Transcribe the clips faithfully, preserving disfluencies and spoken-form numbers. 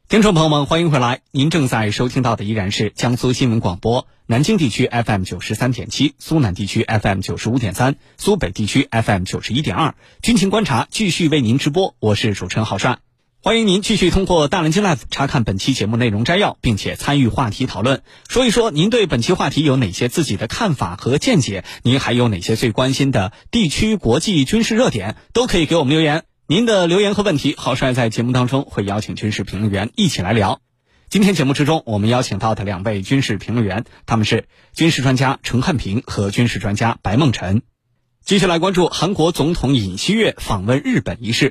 听众朋友们，欢迎回来！您正在收听到的依然是江苏新闻广播，南京地区 F M 九十三点七，苏南地区 F M 九十五点三，苏北地区 F M 九十一点二。军情观察继续为您直播，我是主持人郝帅。欢迎您继续通过大蓝鲸 Live 查看本期节目内容摘要，并且参与话题讨论，说一说您对本期话题有哪些自己的看法和见解，您还有哪些最关心的地区、国际、军事热点，都可以给我们留言。您的留言和问题，郝帅在节目当中会邀请军事评论员一起来聊。今天节目之中，我们邀请到的两位军事评论员，他们是军事专家陈汉平和军事专家白梦辰。继续来关注韩国总统尹锡悦访问日本一事。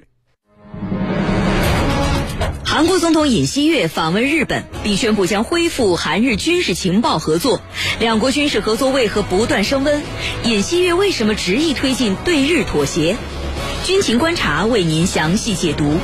韩国总统尹锡悦访问日本，并宣布将恢复韩日军事情报合作。两国军事合作为何不断升温？尹锡悦为什么执意推进对日妥协？军情观察为您详细解读。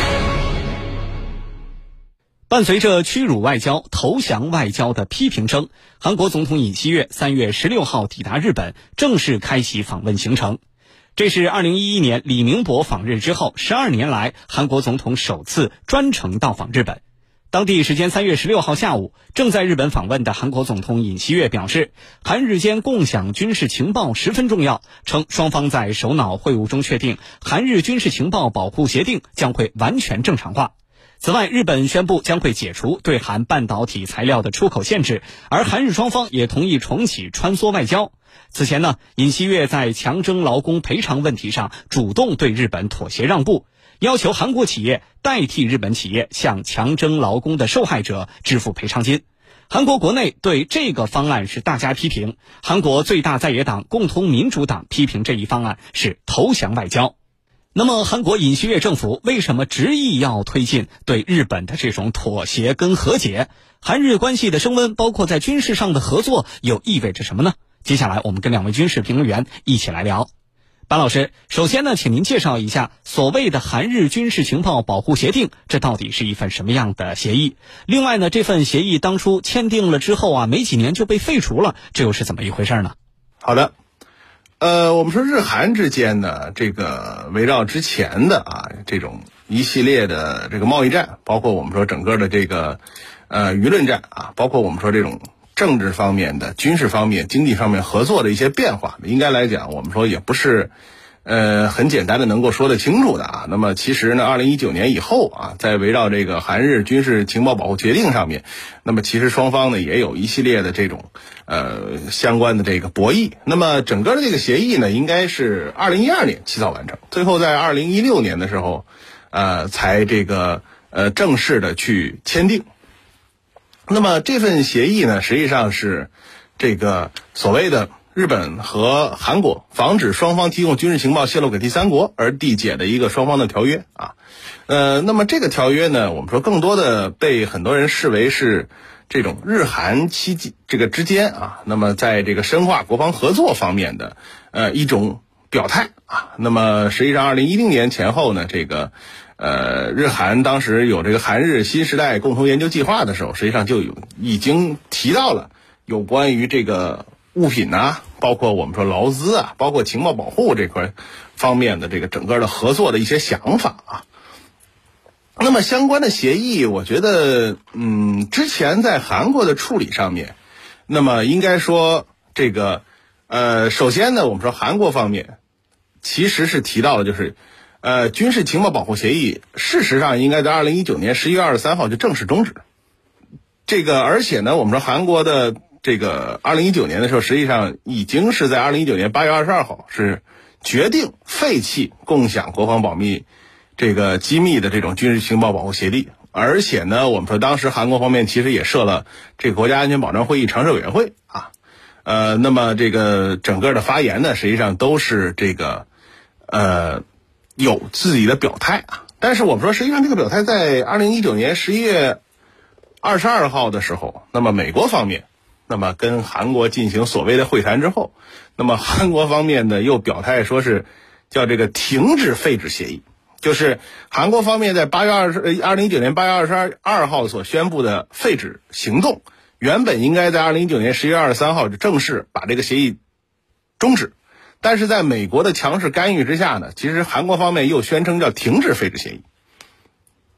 伴随着屈辱外交、投降外交的批评声，韩国总统尹锡悦三月十六号抵达日本，正式开启访问行程。这是二零一一年李明博访日之后十二年来韩国总统首次专程到访日本。当地时间三月十六号下午，正在日本访问的韩国总统尹锡悦表示，韩日间共享军事情报十分重要，称双方在首脑会晤中确定韩日军事情报保护协定将会完全正常化。此外，日本宣布将会解除对韩半导体材料的出口限制，而韩日双方也同意重启穿梭外交。此前呢，尹锡悦在强征劳工赔偿问题上主动对日本妥协让步，要求韩国企业代替日本企业向强征劳工的受害者支付赔偿金。韩国国内对这个方案是大加批评，韩国最大在野党共同民主党批评这一方案是投降外交。那么韩国尹锡悦政府为什么执意要推进对日本的这种妥协跟和解？韩日关系的升温，包括在军事上的合作，又意味着什么呢？接下来我们跟两位军事评论员一起来聊。班老师，首先呢，请您介绍一下所谓的韩日军事情报保护协定，这到底是一份什么样的协议？另外呢，这份协议当初签订了之后啊，没几年就被废除了，这又是怎么一回事呢？ 好的，呃，我们说日韩之间呢，这个围绕之前的啊这种一系列的这个贸易战，包括我们说整个的这个呃舆论战啊，包括我们说这种政治方面的、军事方面、经济方面合作的一些变化，应该来讲，我们说也不是呃很简单的能够说得清楚的啊。那么其实呢，二零一九年以后啊，在围绕这个韩日军事情报保护协定上面，那么其实双方呢也有一系列的这种呃相关的这个博弈。那么整个的这个协议呢，应该是二零一二年起草完成，最后在二零一六年的时候，呃才这个呃正式的去签订。那么这份协议呢，实际上是这个所谓的日本和韩国防止双方提供军事情报泄露给第三国而缔结的一个双方的条约啊。呃，那么这个条约呢，我们说更多的被很多人视为是这种日韩期这个之间啊，那么在这个深化国防合作方面的呃一种表态啊。那么实际上二零一零年前后呢，这个呃，日韩当时有这个韩日新时代共同研究计划的时候，实际上就有已经提到了有关于这个物品啊，包括我们说劳资啊，包括情报保护这块方面的这个整个的合作的一些想法啊。那么相关的协议，我觉得，嗯，之前在韩国的处理上面，那么应该说这个，呃，首先呢，我们说韩国方面其实是提到的就是。呃，军事情报保护协议，事实上应该在二零一九年十一月二十三号就正式终止。这个，而且呢，我们说韩国的这个二零一九年的时候，实际上已经是在二零一九年八月二十二号是决定废弃共享国防保密这个机密的这种军事情报保护协定。而且呢，我们说当时韩国方面其实也设了这个国家安全保障会议常设委员会啊。呃，那么这个整个的发言呢，实际上都是这个呃。有自己的表态啊，但是我们说，实际上这个表态在二零一九年十一月二十二号的时候，那么美国方面，那么跟韩国进行所谓的会谈之后，那么韩国方面呢又表态说是叫这个停止废止协议，就是韩国方面在八月二十二零一九年八月二十二号所宣布的废止行动，原本应该在二零一九年十一月二十三号就正式把这个协议终止。但是在美国的强势干预之下呢，其实韩国方面又宣称叫停止废止协议。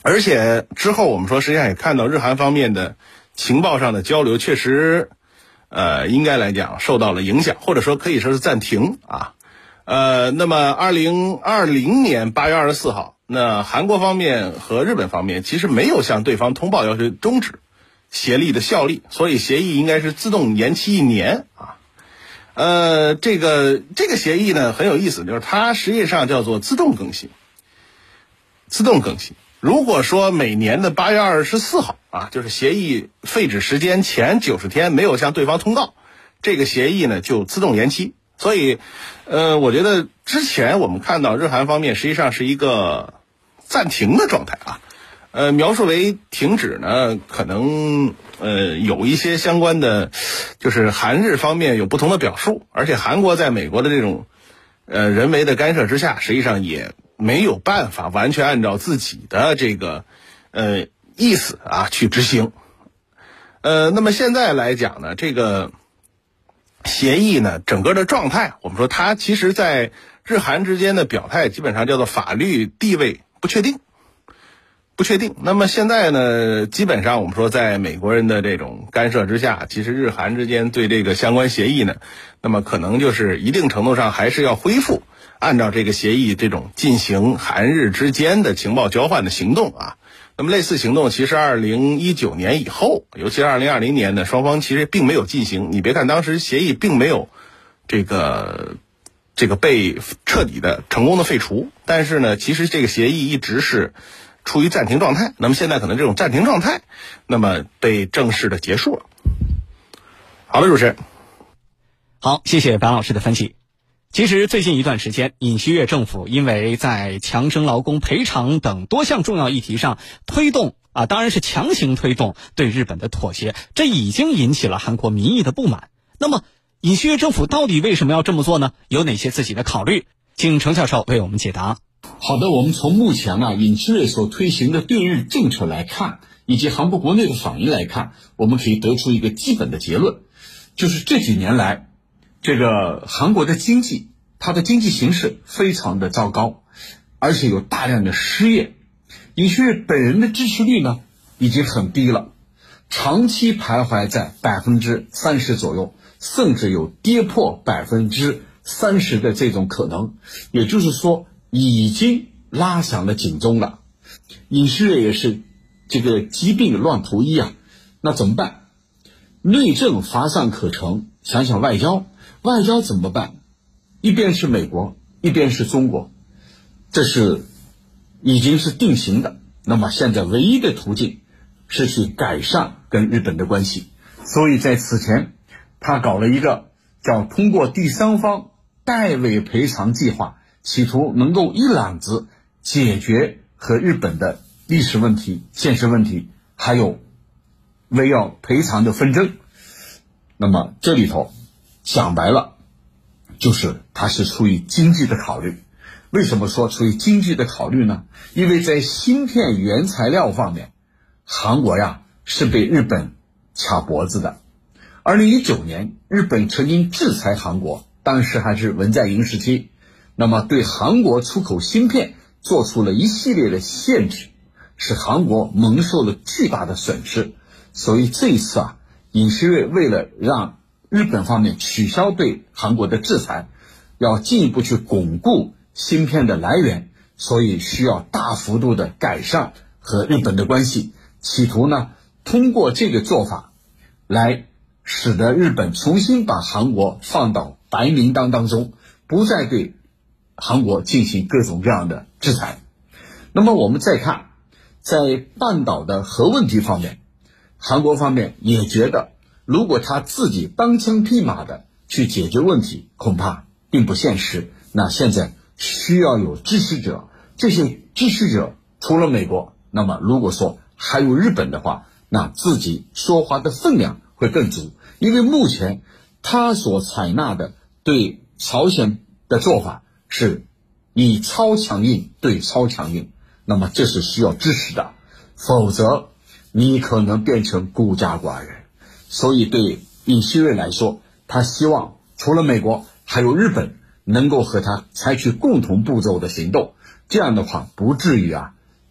而且之后我们说实际上也看到日韩方面的情报上的交流确实呃应该来讲受到了影响，或者说可以说是暂停啊。呃那么二零二零年八月二十四号，那韩国方面和日本方面其实没有向对方通报要求终止协议的效力，所以协议应该是自动延期一年啊。呃，这个这个协议呢很有意思，就是它实际上叫做自动更新。自动更新。如果说每年的八月二十四号啊，就是协议废止时间前九十天没有向对方通告，这个协议呢就自动延期。所以，呃，我觉得之前我们看到日韩方面实际上是一个暂停的状态啊。呃，描述为停止呢，可能呃有一些相关的，就是韩日方面有不同的表述，而且韩国在美国的这种呃人为的干涉之下，实际上也没有办法完全按照自己的这个呃意思啊去执行。呃，那么现在来讲呢，这个协议呢，整个的状态，我们说它其实在日韩之间的表态，基本上叫做法律地位不确定。不确定。那么现在呢，基本上我们说在美国人的这种干涉之下，其实日韩之间对这个相关协议呢，那么可能就是一定程度上还是要恢复按照这个协议这种进行韩日之间的情报交换的行动啊。那么类似行动其实二零一九年以后，尤其是二零二零年呢，双方其实并没有进行。你别看当时协议并没有这个这个被彻底的成功的废除，但是呢，其实这个协议一直是处于暂停状态。那么现在可能这种暂停状态那么被正式的结束了。好的，主持人。 好，谢谢白老师的分析。其实最近一段时间，尹锡悦政府因为在强征劳工赔偿等多项重要议题上推动啊，当然是强行推动对日本的妥协，这已经引起了韩国民意的不满。那么尹锡悦政府到底为什么要这么做呢？有哪些自己的考虑？请程教授为我们解答。 好的，我们从目前啊尹锡悦所推行的对日政策来看，以及韩国国内的反应来看，我们可以得出一个基本的结论，就是这几年来，这个韩国的经济，它的经济形势非常的糟糕，而且有大量的失业。尹锡悦本人的支持率呢，已经很低了，长期徘徊在百分之三十左右，甚至有跌破百分之三十的这种可能。也就是说，已经拉响了警钟了。尹锡悦也是这个疾病乱投医啊，那怎么办？内政乏善可陈，想想外交，外交怎么办？一边是美国，一边是中国，这是已经是定型的。那么现在唯一的途径是去改善跟日本的关系。所以在此前，他搞了一个叫通过第三方代为赔偿计划，企图能够一揽子解决和日本的历史问题、现实问题，还有围绕赔偿的纷争。那么这里头讲白了，就是它是出于经济的考虑。为什么说出于经济的考虑呢？因为在芯片原材料方面，韩国呀是被日本卡脖子的。二零一九年，日本曾经制裁韩国，当时还是文在寅时期，那么对韩国出口芯片做出了一系列的限制，使韩国蒙受了巨大的损失。所以这一次啊，尹锡悦为了让日本方面取消对韩国的制裁，要进一步去巩固芯片的来源，所以需要大幅度的改善和日本的关系，企图呢通过这个做法来使得日本重新把韩国放到白名单当中，不再对韩国进行各种各样的制裁。那么我们再看，在半岛的核问题方面，韩国方面也觉得，如果他自己单枪匹马的去解决问题，恐怕并不现实。那现在需要有支持者，这些支持者除了美国，那么如果说还有日本的话，那自己说话的分量会更足。因为目前他所采纳的对朝鲜的做法是以超强硬对超强硬，那么这是需要支持的，否则你可能变成孤家寡人。所以对尹锡悦来说，他希望除了美国还有日本能够和他采取共同步骤的行动，这样的话不至于啊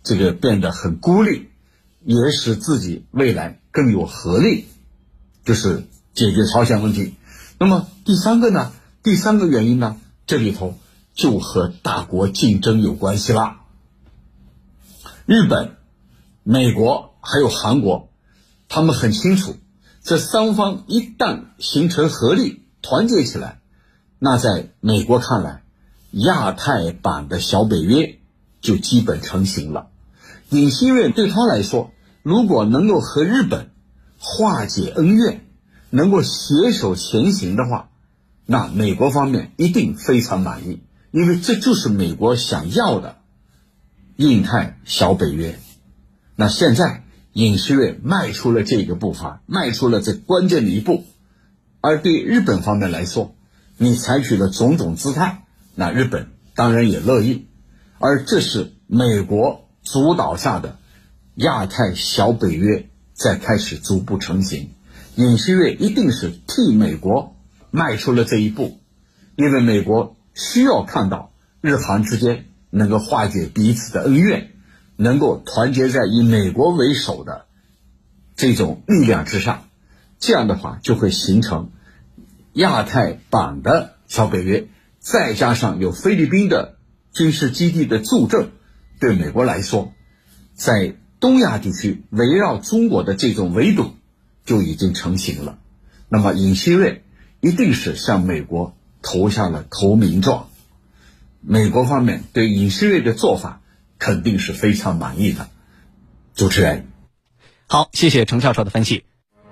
这个变得很孤立，也使自己未来更有合力，就是解决朝鲜问题。那么第三个呢？第三个原因呢，这里头就和大国竞争有关系了。日本、美国还有韩国，他们很清楚，这三方一旦形成合力，团结起来，那在美国看来，亚太版的小北约就基本成型了。尹锡悦对他来说，如果能够和日本化解恩怨，能够携手前行的话，那美国方面一定非常满意，因为这就是美国想要的印太小北约。那现在尹锡悦迈出了这个步伐，迈出了这关键的一步，而对日本方面来说，你采取了种种姿态，那日本当然也乐意，而这是美国主导下的亚太小北约在开始逐步成型。尹锡悦一定是替美国迈出了这一步，因为美国需要看到日韩之间能够化解彼此的恩怨，能够团结在以美国为首的这种力量之上，这样的话就会形成亚太版的小北约，再加上有菲律宾的军事基地的助阵，对美国来说，在东亚地区围绕中国的这种围堵就已经成型了。那么尹锡悦一定是向美国投下了投名状，美国方面对尹锡悦的做法肯定是非常满意的。主持人， 好，谢谢程教授的分析。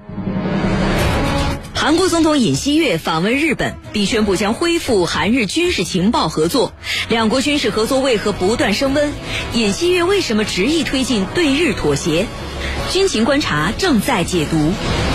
韩国总统尹锡悦访问日本，并宣布将恢复韩日军事情报合作。两国军事合作为何不断升温？尹锡悦为什么执意推进对日妥协？军情观察正在解读。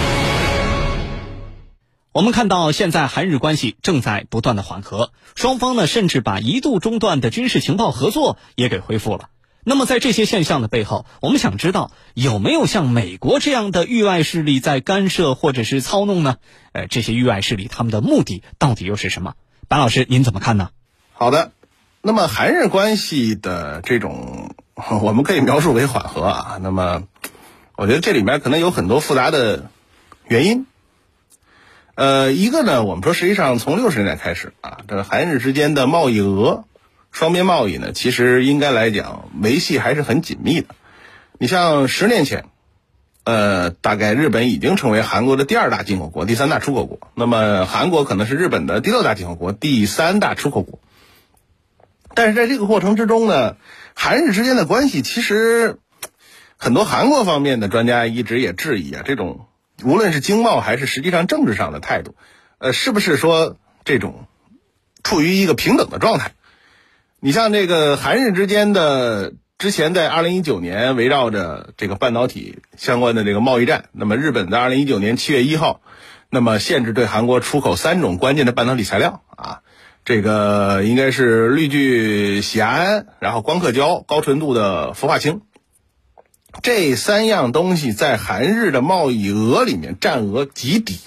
我们看到现在韩日关系正在不断的缓和，双方呢甚至把一度中断的军事情报合作也给恢复了。那么在这些现象的背后，我们想知道有没有像美国这样的域外势力在干涉或者是操弄呢？呃，这些域外势力他们的目的到底又是什么？白老师您怎么看呢？ 好的，那么韩日关系的这种我们可以描述为缓和啊。那么我觉得这里面可能有很多复杂的原因。呃，一个呢，我们说实际上从六十年代开始啊，这个韩日之间的贸易额双边贸易呢，其实应该来讲维系还是很紧密的。你像十年前，呃，大概日本已经成为韩国的第二大进口国、第三大出口国。那么韩国可能是日本的第六大进口国、第三大出口国。但是在这个过程之中呢，韩日之间的关系其实很多韩国方面的专家一直也质疑啊，这种无论是经贸还是实际上政治上的态度，呃，是不是说这种处于一个平等的状态？你像这个韩日之间的之前在二零一九年围绕着这个半导体相关的这个贸易战，那么日本在二零一九年七月一号，那么限制对韩国出口三种关键的半导体材料啊，这个应该是氯聚酰胺，然后光刻胶、高纯度的氟化氢，这三样东西在韩日的贸易额里面占额极低，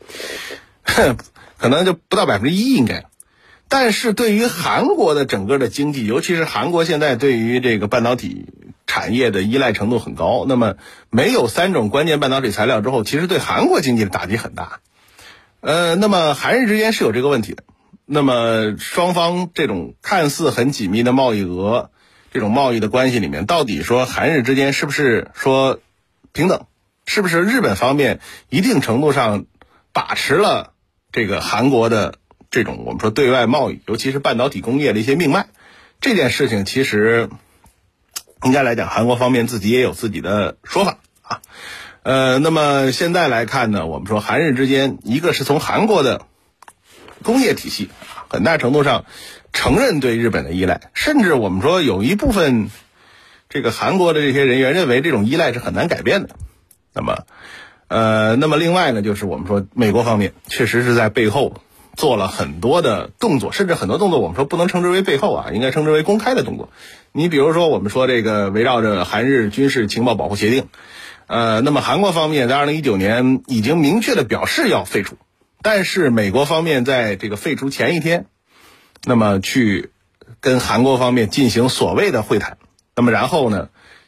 可能就不到百分之一应该。但是对于韩国的整个的经济，尤其是韩国现在对于这个半导体产业的依赖程度很高，那么没有三种关键半导体材料之后，其实对韩国经济的打击很大。呃，那么韩日之间是有这个问题的。那么双方这种看似很紧密的贸易额，这种贸易的关系里面，到底说韩日之间是不是说平等？是不是日本方面一定程度上把持了这个韩国的这种我们说对外贸易，尤其是半导体工业的一些命脉？这件事情其实应该来讲，韩国方面自己也有自己的说法啊。呃，那么现在来看呢，我们说韩日之间，一个是从韩国的工业体系很大程度上承认对日本的依赖，甚至我们说有一部分这个韩国的这些人员认为这种依赖是很难改变的。那么呃，那么另外呢，就是我们说美国方面确实是在背后做了很多的动作，甚至很多动作我们说不能称之为背后啊，应该称之为公开的动作。你比如说我们说这个围绕着韩日军事情报保护协定，呃，那么韩国方面在二零一九年已经明确的表示要废除，但是美国方面在这个废除前一天，那么去跟韩国方面进行所谓的会谈，那么然后呢，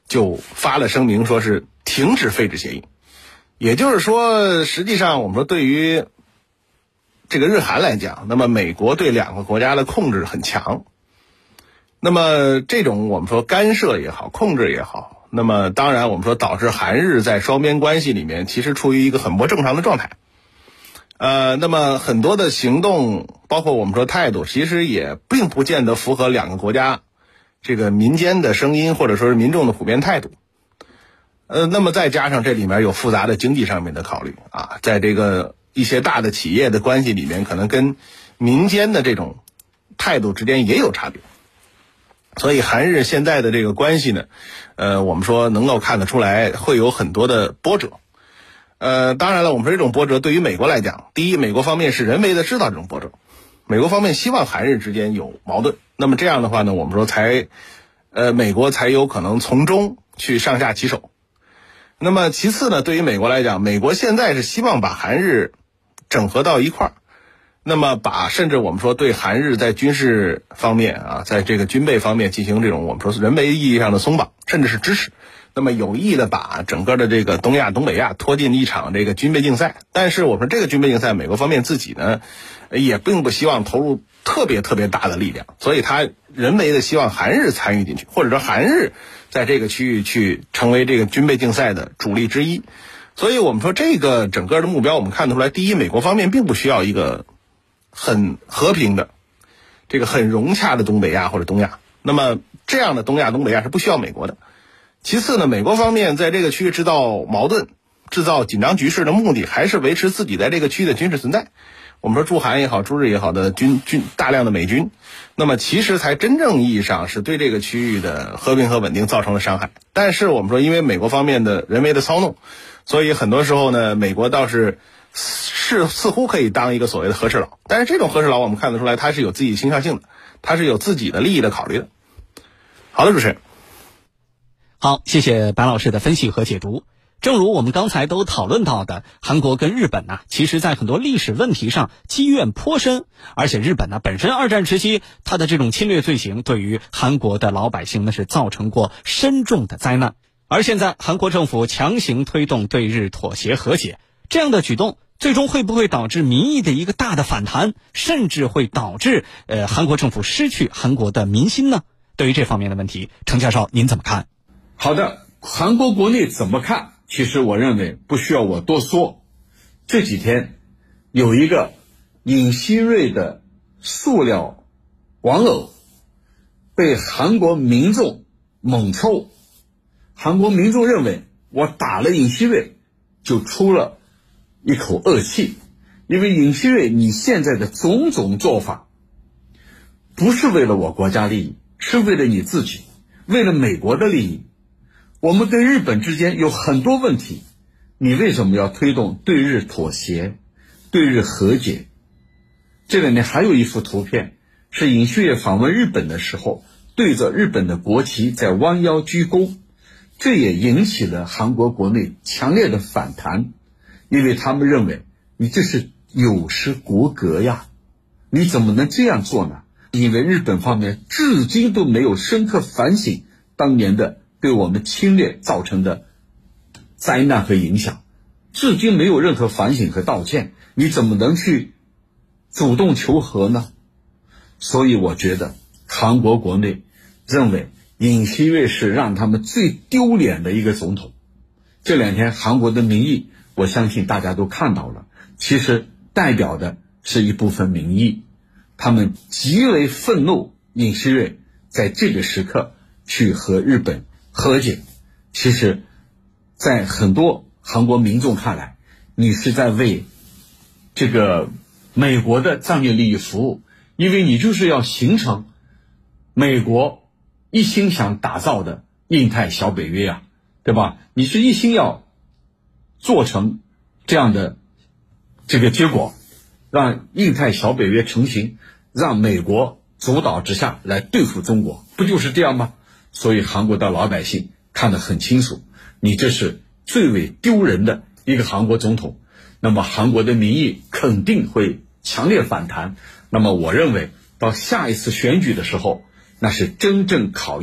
就发了声明，说是停止废止协议。也就是说，实际上我们说对于这个日韩来讲，那么美国对两个国家的控制很强。那么这种我们说干涉也好，控制也好，那么当然我们说导致韩日在双边关系里面其实处于一个很不正常的状态。呃，那么很多的行动，包括我们说态度，其实也并不见得符合两个国家这个民间的声音，或者说是民众的普遍态度。呃，那么再加上这里面有复杂的经济上面的考虑啊，在这个一些大的企业的关系里面，可能跟民间的这种态度之间也有差别。所以韩日现在的这个关系呢，呃，我们说能够看得出来会有很多的波折。呃，当然了，我们说这种波折对于美国来讲，第一，美国方面是人为的制造这种波折，美国方面希望韩日之间有矛盾，那么这样的话呢，我们说才，呃，美国才有可能从中去上下其手。那么其次呢，对于美国来讲，美国现在是希望把韩日整合到一块儿，那么把甚至我们说对韩日在军事方面啊，在这个军备方面进行这种我们说人为意义上的松绑，甚至是支持。那么有意的把整个的这个东亚、东北亚拖进一场这个军备竞赛，但是我们这个军备竞赛，美国方面自己呢，也并不希望投入特别特别大的力量，所以他人为的希望韩日参与进去，或者说韩日在这个区域去成为这个军备竞赛的主力之一。所以我们说这个整个的目标，我们看得出来，第一，美国方面并不需要一个很和平的、这个很融洽的东北亚或者东亚，那么这样的东亚、东北亚是不需要美国的。其次呢，美国方面在这个区域制造矛盾、制造紧张局势的目的，还是维持自己在这个区域的军事存在。我们说驻韩也好，驻日也好的军军大量的美军，那么其实才真正意义上是对这个区域的和平和稳定造成了伤害。但是我们说，因为美国方面的人为的操弄，所以很多时候呢，美国倒是是似乎可以当一个所谓的和事佬，但是这种和事佬我们看得出来，它是有自己倾向性的，它是有自己的利益的考虑的。好的，主持人。 好，谢谢白老师的分析和解读。正如我们刚才都讨论到的，韩国跟日本呢、啊，其实在很多历史问题上积怨颇深，而且日本呢本身二战时期它的这种侵略罪行对于韩国的老百姓呢是造成过深重的灾难。而现在韩国政府强行推动对日妥协和解，这样的举动最终会不会导致民意的一个大的反弹，甚至会导致呃韩国政府失去韩国的民心呢？对于这方面的问题，程教授您怎么看？ 好的，韩国国内怎么看？其实我认为不需要我多说。这几天有一个尹锡悦的塑料玩偶被韩国民众猛抽，韩国民众认为我打了尹锡悦就出了一口恶气，因为尹锡悦你现在的种种做法不是为了我国家利益，是为了你自己，为了美国的利益。我们跟日本之间有很多问题，你为什么要推动对日妥协、对日和解？这里面还有一幅图片，是尹锡悦访问日本的时候，对着日本的国旗在弯腰鞠躬，这也引起了韩国国内强烈的反弹，因为他们认为你这是有失国格呀，你怎么能这样做呢？因为日本方面至今都没有深刻反省当年的对我们侵略造成的灾难和影响，至今没有任何反省和道歉，你怎么能去主动求和呢？所以我觉得韩国国内认为尹锡悦是让他们最丢脸的一个总统。这两天韩国的民意我相信大家都看到了，其实代表的是一部分民意，他们极为愤怒尹锡悦在这个时刻去和日本和解。其实在很多韩国民众看来，你是在为这个美国的战略利益服务，因为你就是要形成美国一心想打造的印太小北约啊，对吧？你是一心要做成这样的这个结果，让印太小北约成型，让美国主导之下来对付中国，不就是这样吗？所以韩国的老百姓看得很清楚，你这是最为丢人的一个韩国总统，那么韩国的民意肯定会强烈反弹。那么我认为到下一次选举的时候，那是真正考验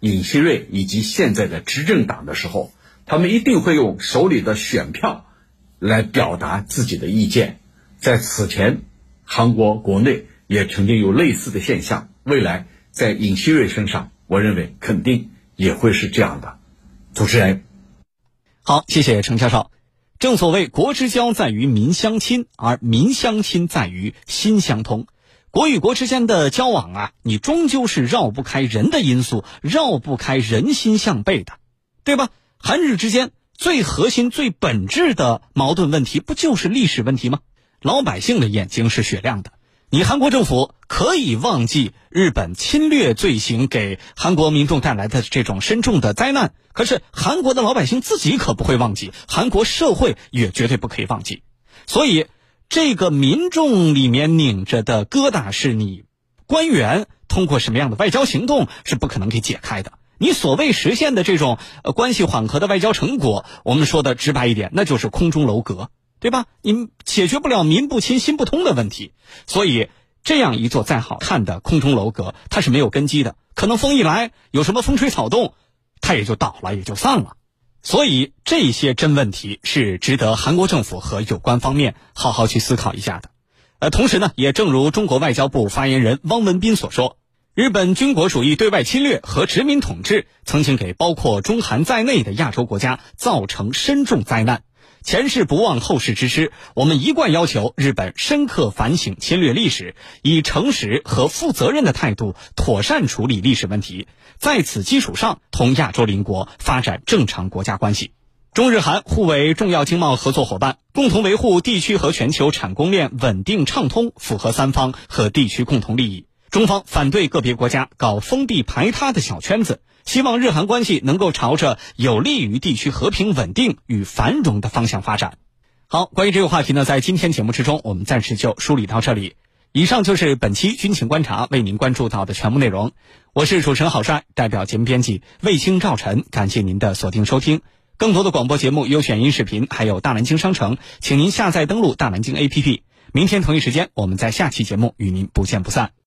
尹锡悦以及现在的执政党的时候，他们一定会用手里的选票来表达自己的意见。在此前，韩国国内也曾经有类似的现象，未来在尹锡悦身上，我认为肯定也会是这样的。主持人， 好，谢谢程教授。正所谓国之交在于民相亲，而民相亲在于心相通。国与国之间的交往啊，你终究是绕不开人的因素，绕不开人心向背的，对吧？韩日之间最核心最本质的矛盾问题不就是历史问题吗？老百姓的眼睛是雪亮的，你韩国政府可以忘记日本侵略罪行给韩国民众带来的这种深重的灾难，可是韩国的老百姓自己可不会忘记，韩国社会也绝对不可以忘记。所以这个民众里面拧着的疙瘩是你官员通过什么样的外交行动是不可能给解开的。你所谓实现的这种呃关系缓和的外交成果，我们说的直白一点，那就是空中楼阁，对吧？你解决不了民不亲心不通的问题。所以这样一座再好看的空中楼阁，它是没有根基的，可能风一来，有什么风吹草动，它也就倒了，也就散了。所以这些真问题是值得韩国政府和有关方面好好去思考一下的。呃，同时呢，也正如中国外交部发言人汪文斌所说，日本军国主义对外侵略和殖民统治曾经给包括中韩在内的亚洲国家造成深重灾难。前事不忘后事之师，我们一贯要求日本深刻反省侵略历史，以诚实和负责任的态度妥善处理历史问题，在此基础上同亚洲邻国发展正常国家关系。中日韩互为重要经贸合作伙伴，共同维护地区和全球产供链稳定畅通，符合三方和地区共同利益。中方反对个别国家搞封闭排他的小圈子，希望日韩关系能够朝着有利于地区和平稳定与繁荣的方向发展。好，关于这个话题呢，在今天节目之中，我们暂时就梳理到这里。以上就是本期军情观察为您关注到的全部内容。我是主持人郝帅，代表节目编辑卫青、赵晨，感谢您的锁定收听。更多的广播节目、优选音视频，还有大南京商城，请您下载登录大南京 A P P。明天同一时间，我们在下期节目与您不见不散。